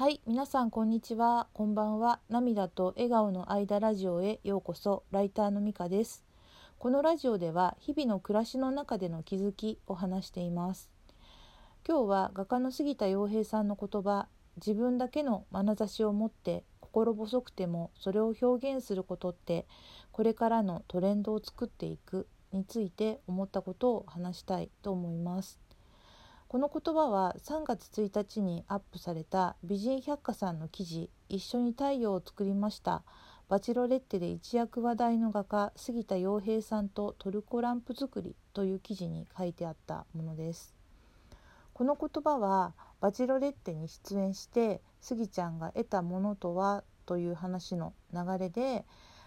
はい、皆さんこんにちは、こんばんは。涙と笑顔の間ラジオへようこそ。ライターのみかです。このラジオでは日々の暮らしの中での気づきを話しています。今日は画家の杉田洋平さんの言葉、自分だけの眼差しを持って心細くてもそれを表現することってこれからのトレンドを作っていくについて思ったことを話したいと思います。この言葉は3月1日にアップされた美人百科さんの記事、一緒に太陽を作りましたバチロレッテで一躍話題の画家杉田洋平さんとトルコランプ作りという記事に書いてあったものです。この言葉はバチロレッテに出演して杉ちゃんが得たものとはという話の流れで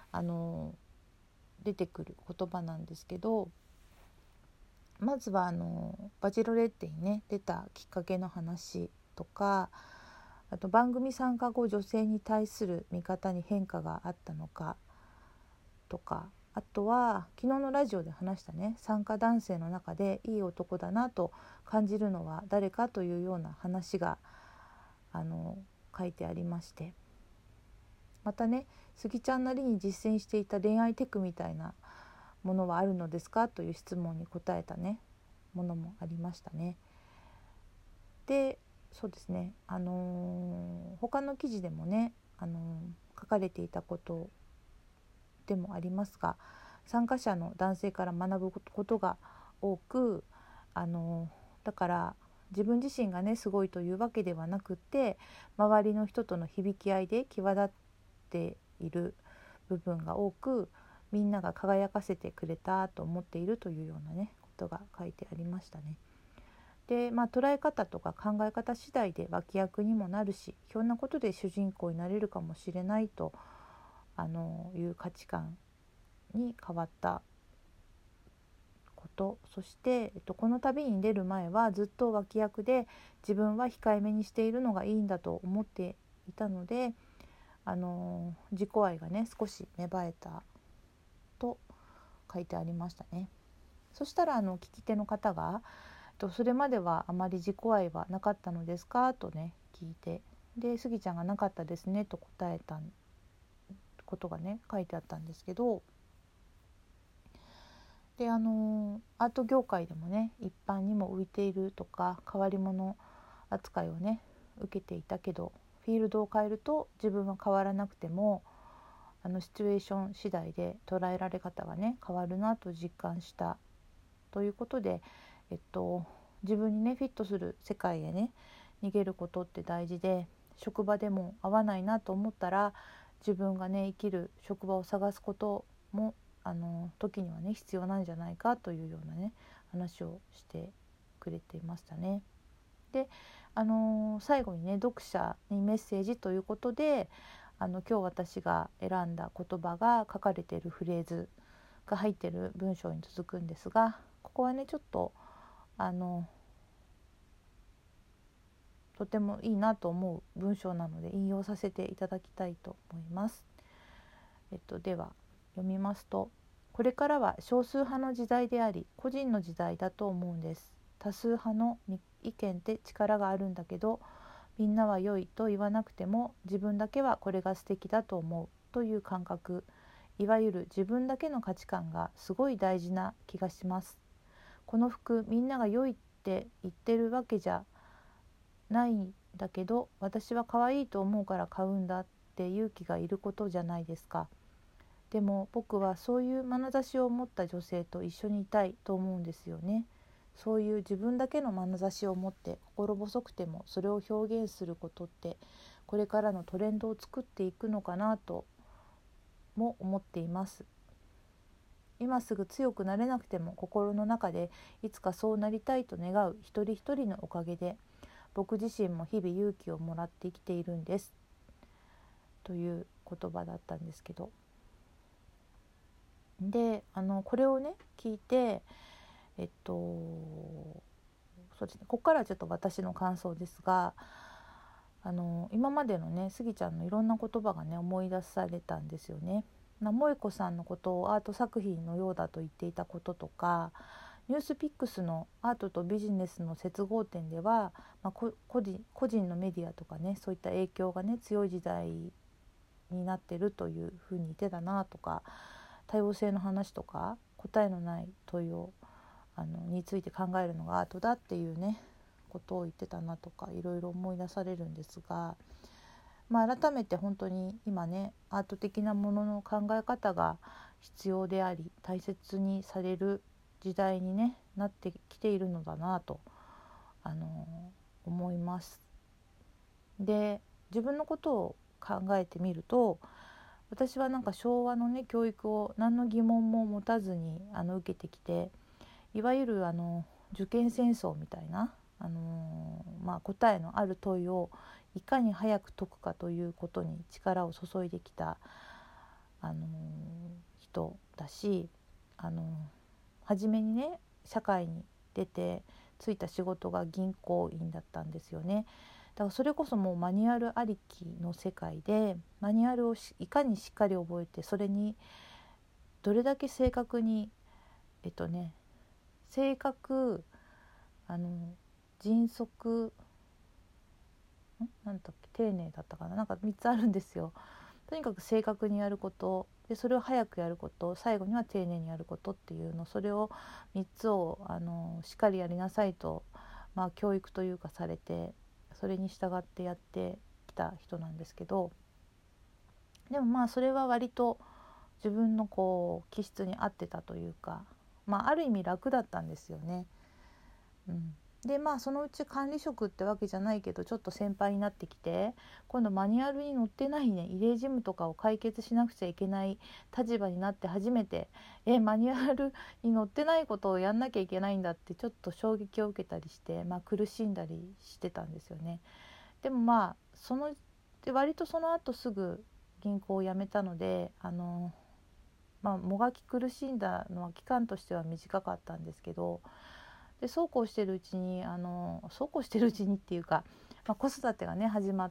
出てくる言葉なんですけど、まずはバチロレッテにね出たきっかけの話とか、あと番組参加後女性に対する見方に変化があったのかとか、あとは昨日のラジオで話したね、参加男性の中でいい男だなと感じるのは誰かというような話が書いてありまして、またね杉ちゃんなりに実践していた恋愛テクみたいなものはあるのですかという質問に答えたねものもありましたね。で、そうですね、他の記事でもね、書かれていたことでもありますが、参加者の男性から学ぶことが多く、だから自分自身がねすごいというわけではなくって、周りの人との響き合いで際立っている部分が多く、みんなが輝かせてくれたと思っているというようなねことが書いてありましたね。で、捉え方とか考え方次第で脇役にもなるし、ひょんなことで主人公になれるかもしれないという価値観に変わったこと、そして、この旅に出る前はずっと脇役で自分は控えめにしているのがいいんだと思っていたので、自己愛がね少し芽生えたと書いてありましたね。そしたら聞き手の方がそれまではあまり自己愛はなかったのですかとね聞いて、でスギちゃんがなかったですねと答えたことがね書いてあったんですけど、でアート業界でもね一般にも浮いているとか変わり者扱いをね受けていたけど、フィールドを変えると自分は変わらなくてもシチュエーション次第で捉えられ方がね変わるなと実感したということで、自分にねフィットする世界へね逃げることって大事で、職場でも合わないなと思ったら自分がね生きる職場を探すことも時にはね必要なんじゃないかというようなね話をしてくれていましたね。で、最後にね読者にメッセージということで今日私が選んだ言葉が書かれているフレーズが入っている文章に続くんですが、ここはねちょっととてもいいなと思う文章なので引用させていただきたいと思います。では読みますと、これからは少数派の時代であり個人の時代だと思うんです。多数派の意見って力があるんだけど、みんなは良いと言わなくても自分だけはこれが素敵だと思うという感覚、いわゆる自分だけの価値観がすごい大事な気がします。この服みんなが良いって言ってるわけじゃないんだけど、私は可愛いと思うから買うんだって勇気がいることじゃないですか。でも僕はそういう眼差しを持った女性と一緒にいたいと思うんですよね。そういう自分だけの眼差しを持って心細くてもそれを表現することってこれからのトレンドを作っていくのかなとも思っています。今すぐ強くなれなくても心の中でいつかそうなりたいと願う一人一人のおかげで僕自身も日々勇気をもらって生きているんですという言葉だったんですけど、でこれをね聞いてそうですね、ここからはちょっと私の感想ですが、今までのねスギちゃんのいろんな言葉がね思い出されたんですよね。萌子さんのことをアート作品のようだと言っていたこととか、 ニュースピックスのアートとビジネスの接合点では、個人のメディアとかね、そういった影響がね強い時代になってるというふうに言ってたなとか、多様性の話とか答えのない問いをについて考えるのがアートだっていうねことを言ってたなとか、いろいろ思い出されるんですが、改めて本当に今ねアート的なものの考え方が必要であり大切にされる時代に、ね、なってきているのだなと思います。で、自分のことを考えてみると、私はなんか昭和のね教育を何の疑問も持たずに受けてきて、いわゆる受験戦争みたいな、答えのある問いをいかに早く解くかということに力を注いできた、人だし、初めにね社会に出て就いた仕事が銀行員だったんですよね。だからそれこそもうマニュアルありきの世界で、マニュアルをいかにしっかり覚えて、それにどれだけ正確に正確迅速なんだっけ、丁寧だったかな、なんか3つあるんですよ。とにかく正確にやることで、それを早くやること、最後には丁寧にやることっていうの、それを3つをしっかりやりなさいと、教育というかされて、それに従ってやってきた人なんですけど、でもそれは割と自分の気質に合ってたというか、ある意味楽だったんですよね。でそのうち管理職ってわけじゃないけど、ちょっと先輩になってきて、今度マニュアルに載ってないね異例事務とかを解決しなくちゃいけない立場になって初めて、マニュアルに載ってないことをやんなきゃいけないんだってちょっと衝撃を受けたりして、苦しんだりしてたんですよね。でも割とその後すぐ銀行を辞めたので、もがき苦しんだのは期間としては短かったんですけど、でそうこうしてるうちにっていうか、子育てがね始まって、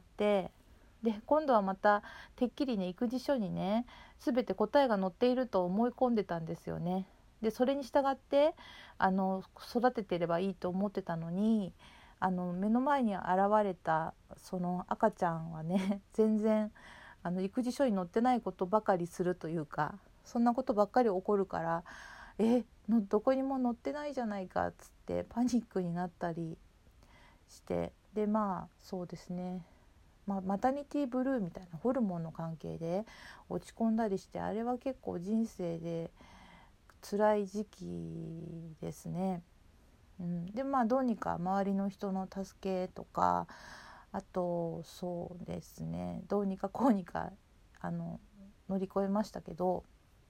で今度はまたてっきりね育児書にね全て答えが載っていると思い込んでたんですよね。でそれに従って育ててればいいと思ってたのに、目の前に現れたその赤ちゃんはね全然育児書に載ってないことばかりするというか、そんなことばっかり起こるから、どこにも載ってないじゃないかっつってパニックになったりして、でそうですね、マタニティブルーみたいなホルモンの関係で落ち込んだりして、あれは結構人生で辛い時期ですね。でどうにか周りの人の助けとか、あとそうですね、どうにかこうにか乗り越えましたけど、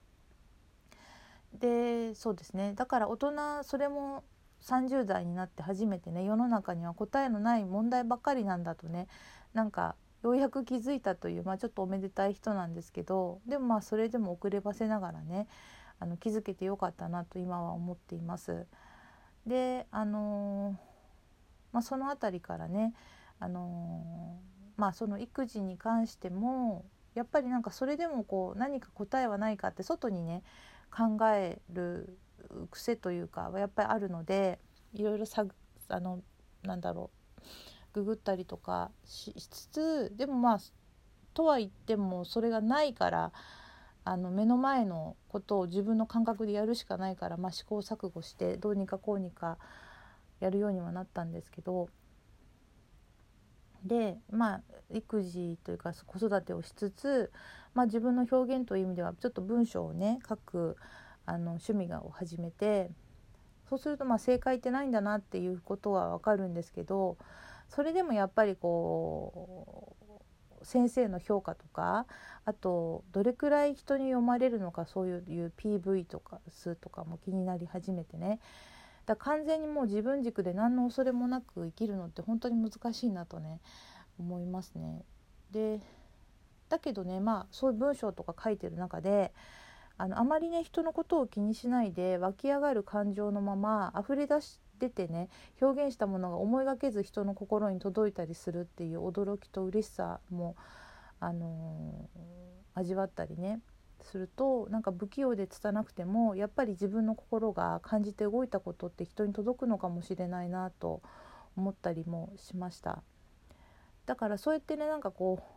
でそうですね、だから大人、それも30代になって初めてね、世の中には答えのない問題ばっかりなんだとね、なんかようやく気づいたという、ちょっとおめでたい人なんですけど、でもそれでも遅ればせながらね気づけてよかったなと今は思っています。でそのあたりからね、その育児に関してもやっぱりそれでも何か答えはないかって外にね考える癖というかはやっぱりあるので、いろいろググったりとかしつつ、でもとは言ってもそれがないから、目の前のことを自分の感覚でやるしかないから、試行錯誤してどうにかこうにかやるようにはなったんですけど、で育児というか子育てをしつつ、自分の表現という意味ではちょっと文章をね書く趣味を始めて、そうすると正解ってないんだなっていうことは分かるんですけど、それでもやっぱり先生の評価とか、あとどれくらい人に読まれるのか、そういう PV とか数とかも気になり始めてね、だから完全にもう自分軸で何の恐れもなく生きるのって本当に難しいなとね思いますね。でだけどね、そういう文章とか書いてる中であまりね人のことを気にしないで湧き上がる感情のまま溢れ出てね、表現したものが思いがけず人の心に届いたりするっていう驚きと嬉しさも、味わったりねするとなんか不器用で拙くてもやっぱり自分の心が感じて動いたことって人に届くのかもしれないなと思ったりもしました。だからそうやってねなんかこう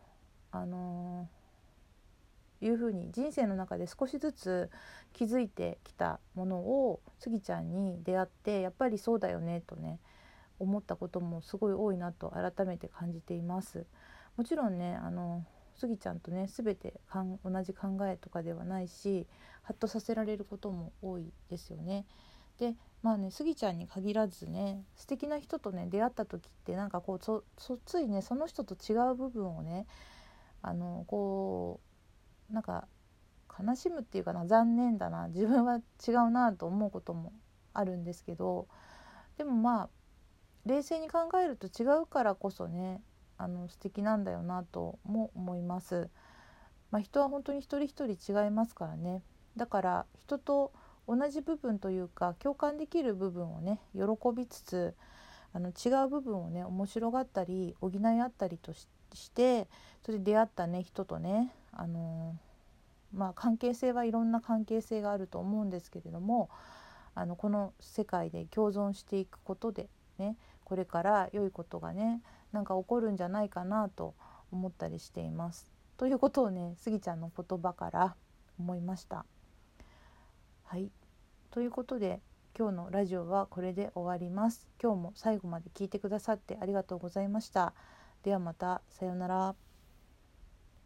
いうふうに人生の中で少しずつ気づいてきたものをスギちゃんに出会ってやっぱりそうだよねとね思ったこともすごい多いなと改めて感じています。もちろんねスギちゃんとね全て同じ考えとかではないしハッとさせられることも多いですよね。でまあねスギちゃんに限らずね素敵な人とね出会った時ってなんかこうついねその人と違う部分をねこうなんか悲しむっていうかな残念だな自分は違うなと思うこともあるんですけどでもまあ冷静に考えると違うからこそね素敵なんだよなとも思います。人は本当に一人一人違いますからね。だから人と同じ部分というか共感できる部分をね喜びつつ違う部分をね面白がったり補い合ったりとしてそれで出会ったね人とね関係性はいろんな関係性があると思うんですけれどもこの世界で共存していくことでねこれから良いことがねなんか起こるんじゃないかなと思ったりしています。ということをねスギちゃんの言葉から思いました。はい、ということで今日のラジオはこれで終わります。今日も最後まで聞いてくださってありがとうございました。ではまた、さようなら。